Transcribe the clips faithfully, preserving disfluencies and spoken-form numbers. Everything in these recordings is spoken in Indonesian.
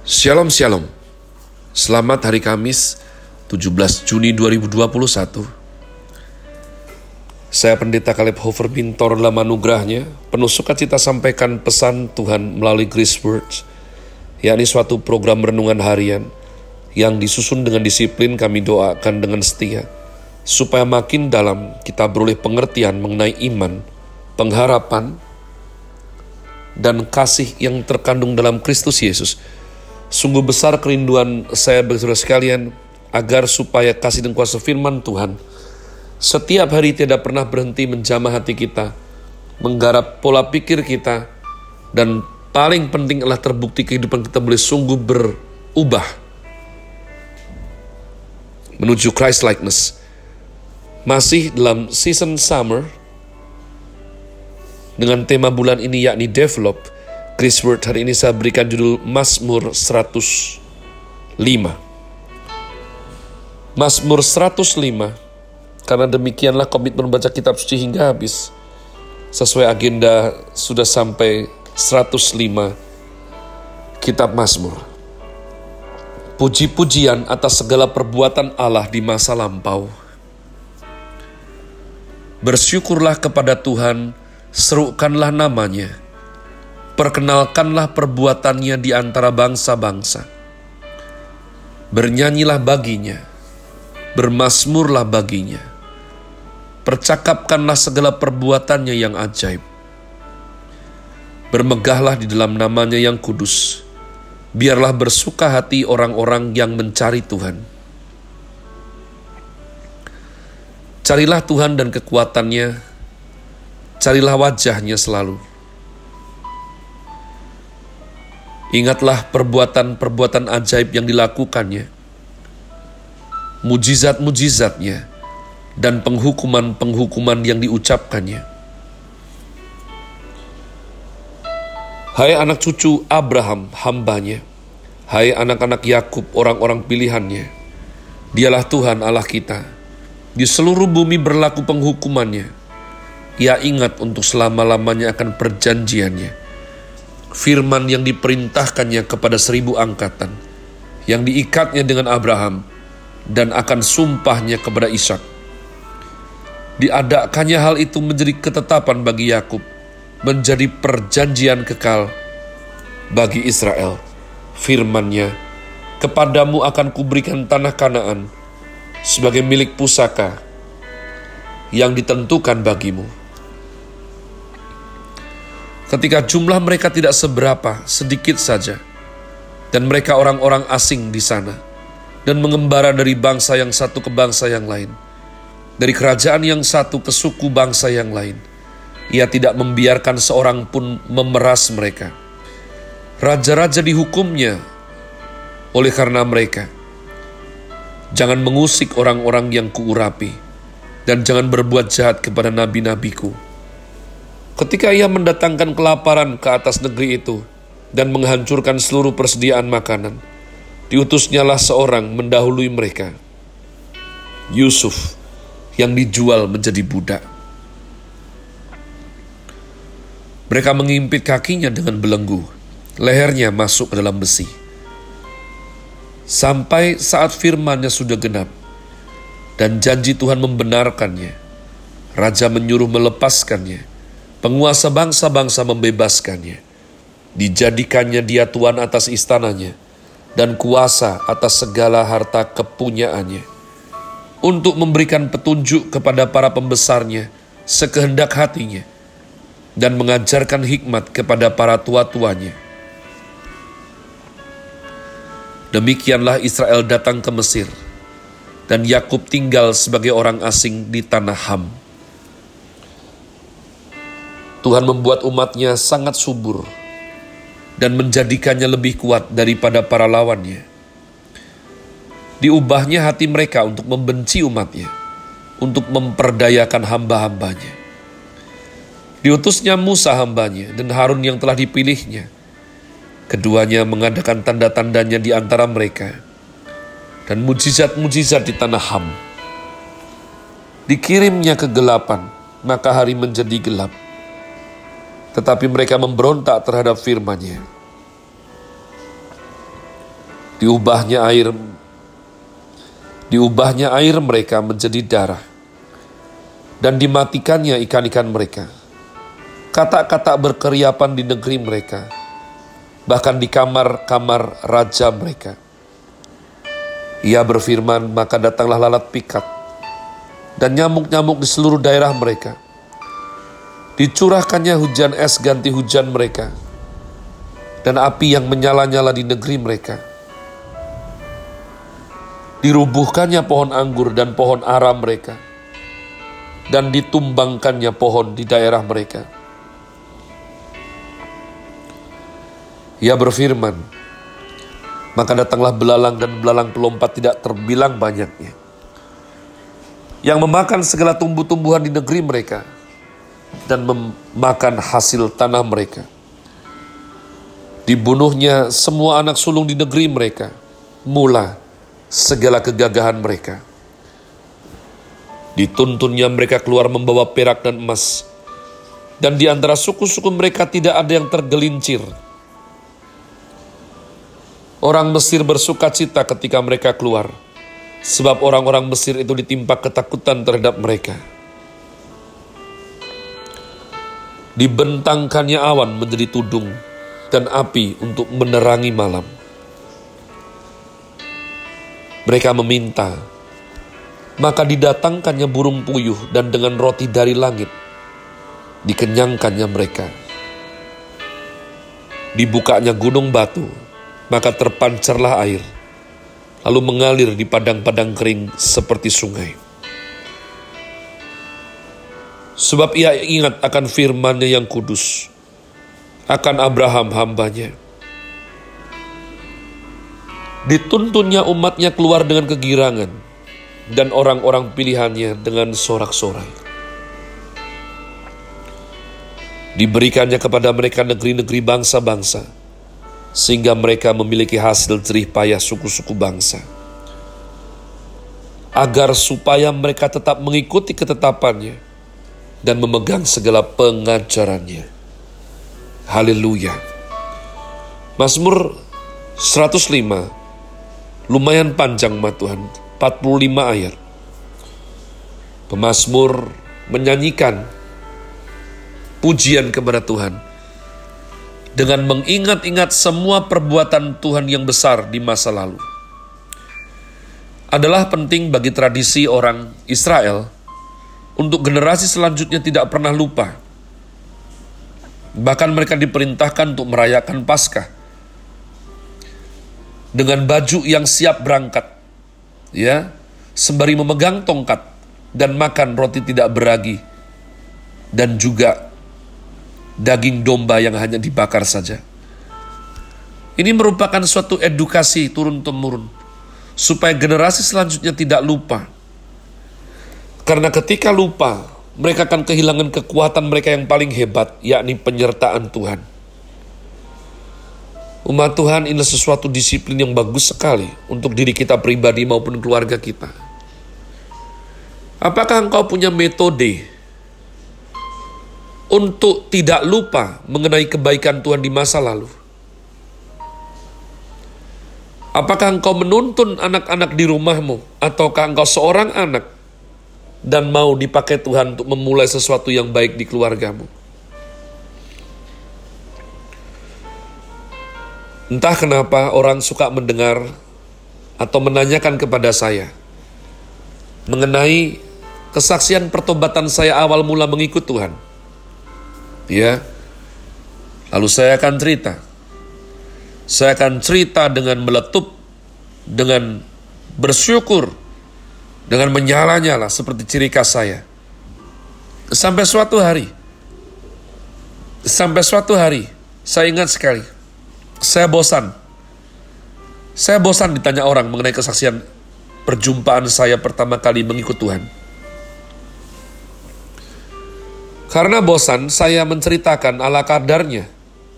Shalom Shalom. Selamat hari Kamis tujuh belas Juni dua ribu dua puluh satu. Saya Pendeta Caleb Hofer Bintor dalam anugerahnya penuh sukacita sampaikan pesan Tuhan melalui Grace Words, yakni suatu program renungan harian yang disusun dengan disiplin. Kami doakan dengan setia supaya makin dalam kita beroleh pengertian mengenai iman, pengharapan, dan kasih yang terkandung dalam Kristus Yesus. Sungguh besar kerinduan saya bagi saudara sekalian, agar supaya kasih dan kuasa firman Tuhan setiap hari tidak pernah berhenti menjamah hati kita, menggarap pola pikir kita, dan paling penting adalah terbukti kehidupan kita boleh sungguh berubah menuju Christ likeness. Masih dalam season summer dengan tema bulan ini yakni develop. Grace Word hari ini saya berikan judul Mazmur seratus lima. Mazmur seratus lima, karena demikianlah komitmen membaca kitab suci hingga habis. Sesuai agenda sudah sampai seratus lima kitab Mazmur. Puji-pujian atas segala perbuatan Allah di masa lampau. Bersyukurlah kepada Tuhan, serukanlah namanya. Perkenalkanlah perbuatannya di antara bangsa-bangsa. Bernyanyilah baginya, bermazmurlah baginya. Percakapkanlah segala perbuatannya yang ajaib. Bermegahlah di dalam namanya yang kudus. Biarlah bersuka hati orang-orang yang mencari Tuhan. Carilah Tuhan dan kekuatannya, carilah wajahnya selalu. Ingatlah perbuatan-perbuatan ajaib yang dilakukannya, mujizat-mujizatnya, dan penghukuman-penghukuman yang diucapkannya. Hai anak cucu Abraham, hambanya, hai anak-anak Yakub, orang-orang pilihannya, dialah Tuhan Allah kita. Di seluruh bumi berlaku penghukumannya. Ia ingat untuk selama-lamanya akan perjanjiannya, firman yang diperintahkannya kepada seribu angkatan, yang diikatnya dengan Abraham, dan akan sumpahnya kepada Ishak. Diadakannya hal itu menjadi ketetapan bagi Yakub, menjadi perjanjian kekal bagi Israel. Firman-Nya, kepadamu akan kuberikan tanah Kanaan sebagai milik pusaka yang ditentukan bagimu. Ketika jumlah mereka tidak seberapa, sedikit saja, dan mereka orang-orang asing di sana, dan mengembara dari bangsa yang satu ke bangsa yang lain, dari kerajaan yang satu ke suku bangsa yang lain, ia tidak membiarkan seorang pun memeras mereka. Raja-raja dihukumnya oleh karena mereka. Jangan mengusik orang-orang yang kuurapi, dan jangan berbuat jahat kepada nabi-nabiku. Ketika ia mendatangkan kelaparan ke atas negeri itu dan menghancurkan seluruh persediaan makanan, diutusnyalah seorang mendahului mereka, Yusuf, yang dijual menjadi budak. Mereka mengimpit kakinya dengan belenggu, lehernya masuk ke dalam besi. Sampai saat firman-Nya sudah genap dan janji Tuhan membenarkannya, raja menyuruh melepaskannya, penguasa bangsa-bangsa membebaskannya. Dijadikannya dia tuan atas istananya dan kuasa atas segala harta kepunyaannya, untuk memberikan petunjuk kepada para pembesarnya sekehendak hatinya, dan mengajarkan hikmat kepada para tua-tuanya. Demikianlah Israel datang ke Mesir, dan Yakub tinggal sebagai orang asing di tanah Ham. Tuhan membuat umatnya sangat subur dan menjadikannya lebih kuat daripada para lawannya. Diubahnya hati mereka untuk membenci umatnya, untuk memperdayakan hamba-hambanya. Diutusnya Musa hambanya dan Harun yang telah dipilihnya. Keduanya mengadakan tanda-tandanya di antara mereka, dan mujizat-mujizat di tanah Ham. Dikirimnya kegelapan, maka hari menjadi gelap. Tetapi mereka memberontak terhadap firman-Nya. Diubahnya air diubahnya air mereka menjadi darah, dan dimatikannya ikan-ikan mereka. Katak-katak berkeriapan di negeri mereka, bahkan di kamar-kamar raja mereka. Ia berfirman, maka datanglah lalat pikat dan nyamuk-nyamuk di seluruh daerah mereka. Dicurahkannya hujan es ganti hujan mereka, dan api yang menyala-nyala di negeri mereka. Dirubuhkannya pohon anggur dan pohon ara mereka, dan ditumbangkannya pohon di daerah mereka. Ia berfirman, maka datanglah belalang, dan belalang pelompat tidak terbilang banyaknya, yang memakan segala tumbuh-tumbuhan di negeri mereka, dan memakan hasil tanah mereka. Dibunuhnya semua anak sulung di negeri mereka, mula segala kegagahan mereka. Dituntunnya mereka keluar membawa perak dan emas, dan di antara suku-suku mereka tidak ada yang tergelincir. Orang Mesir bersuka cita ketika mereka keluar, sebab orang-orang Mesir itu ditimpa ketakutan terhadap mereka. Dibentangkannya awan menjadi tudung, dan api untuk menerangi malam. Mereka meminta, maka didatangkannya burung puyuh, dan dengan roti dari langit dikenyangkannya mereka. Dibukanya gunung batu, maka terpancarlah air, lalu mengalir di padang-padang kering seperti sungai. Sebab ia ingat akan firman-Nya yang kudus, akan Abraham hamba-Nya. Dituntunnya umat-Nya keluar dengan kegirangan, dan orang-orang pilihan-Nya dengan sorak-sorai. Diberikannya kepada mereka negeri-negeri bangsa-bangsa, sehingga mereka memiliki hasil jerih payah suku-suku bangsa, agar supaya mereka tetap mengikuti ketetapan-Nya dan memegang segala pengajaran-Nya. Haleluya. Mazmur seratus lima, lumayan panjang ma Tuhan, empat puluh lima ayat. Pemazmur menyanyikan pujian kepada Tuhan dengan mengingat-ingat semua perbuatan Tuhan yang besar di masa lalu. Adalah penting bagi tradisi orang Israel untuk generasi selanjutnya tidak pernah lupa. Bahkan mereka diperintahkan untuk merayakan Paskah dengan baju yang siap berangkat, ya, sembari memegang tongkat dan makan roti tidak beragi, dan juga daging domba yang hanya dibakar saja. Ini merupakan suatu edukasi turun-temurun, supaya generasi selanjutnya tidak lupa. Karena ketika lupa, mereka akan kehilangan kekuatan mereka yang paling hebat, yakni penyertaan Tuhan. Umat Tuhan, ini sesuatu disiplin yang bagus sekali untuk diri kita pribadi maupun keluarga kita. Apakah engkau punya metode untuk tidak lupa mengenai kebaikan Tuhan di masa lalu? Apakah engkau menuntun anak-anak di rumahmu, ataukah engkau seorang anak dan mau dipakai Tuhan untuk memulai sesuatu yang baik di keluargamu? Entah kenapa orang suka mendengar atau menanyakan kepada saya mengenai kesaksian pertobatan saya awal mula mengikut Tuhan. Ya, lalu saya akan cerita. Saya akan cerita dengan meletup, dengan bersyukur, dengan menyala-nyala seperti ciri khas saya. Sampai suatu hari, sampai suatu hari, saya ingat sekali, saya bosan. Saya bosan ditanya orang mengenai kesaksian perjumpaan saya pertama kali mengikut Tuhan. Karena bosan, saya menceritakan ala kadarnya.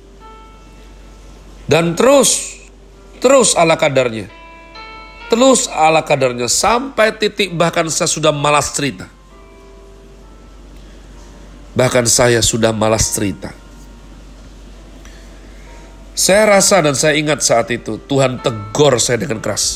Dan terus, terus ala kadarnya. Terus ala kadarnya, sampai titik bahkan saya sudah malas cerita. Bahkan saya sudah malas cerita. Saya rasa dan saya ingat saat itu Tuhan tegur saya dengan keras.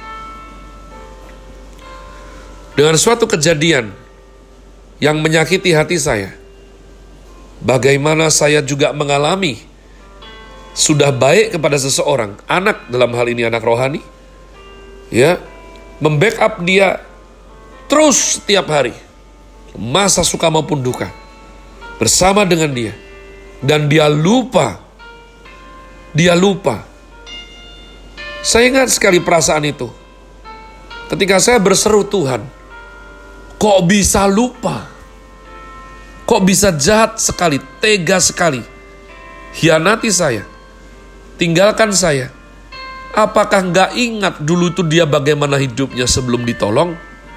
Dengan suatu kejadian yang menyakiti hati saya. Bagaimana saya juga mengalami sudah baik kepada seseorang, anak dalam hal ini anak rohani, ya, membackup dia terus setiap hari, masa suka maupun duka, bersama dengan dia. Dan dia lupa, dia lupa. Saya ingat sekali perasaan itu. Ketika saya berseru, Tuhan, kok bisa lupa? Kok bisa jahat sekali, tega sekali, hianati saya, tinggalkan saya. Apakah nggak ingat dulu itu dia bagaimana hidupnya sebelum ditolong?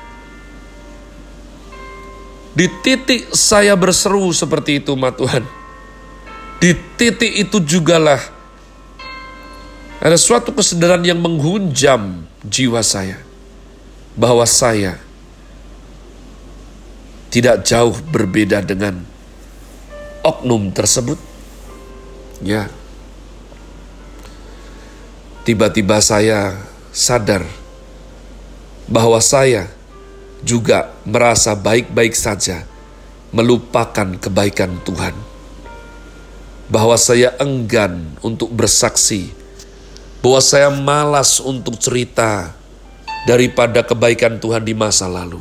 Di titik saya berseru seperti itu, ma Tuhan, di titik itu jugalah ada suatu kesadaran yang menghunjam jiwa saya, bahwa saya tidak jauh berbeda dengan oknum tersebut. Ya, tiba-tiba saya sadar bahwa saya juga merasa baik-baik saja, melupakan kebaikan Tuhan. Bahwa saya enggan untuk bersaksi, bahwa saya malas untuk cerita daripada kebaikan Tuhan di masa lalu.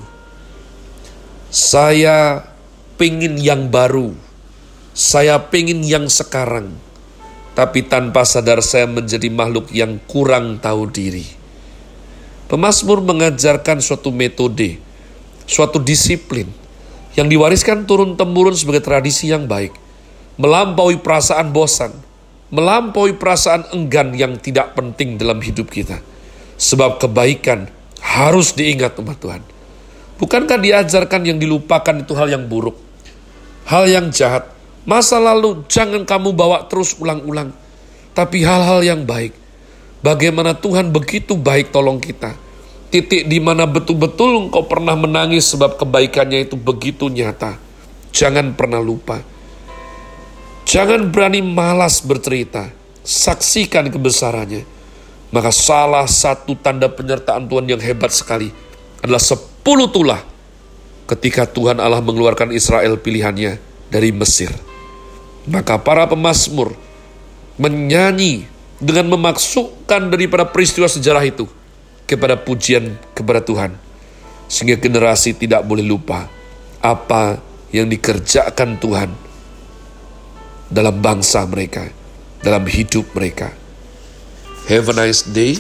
Saya pingin yang baru, saya pingin yang sekarang, tapi tanpa sadar saya menjadi makhluk yang kurang tahu diri. Pemazmur mengajarkan suatu metode, suatu disiplin yang diwariskan turun-temurun sebagai tradisi yang baik, melampaui perasaan bosan, melampaui perasaan enggan yang tidak penting dalam hidup kita. Sebab kebaikan harus diingat, umat Tuhan. Bukankah diajarkan yang dilupakan itu hal yang buruk, hal yang jahat, masa lalu jangan kamu bawa terus ulang-ulang, tapi hal-hal yang baik. Bagaimana Tuhan begitu baik tolong kita. Titik di mana betul-betul engkau pernah menangis sebab kebaikannya itu begitu nyata. Jangan pernah lupa. Jangan berani malas bercerita. Saksikan kebesarannya. Maka salah satu tanda penyertaan Tuhan yang hebat sekali adalah sepuluh tulah ketika Tuhan Allah mengeluarkan Israel pilihannya dari Mesir. Maka para pemazmur menyanyi dengan memasukkan daripada peristiwa sejarah itu kepada pujian kepada Tuhan. Sehingga generasi tidak boleh lupa apa yang dikerjakan Tuhan dalam bangsa mereka, dalam hidup mereka. Have a nice day.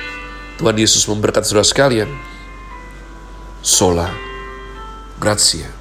Tuhan Yesus memberkati saudara sekalian. Sola Gratia.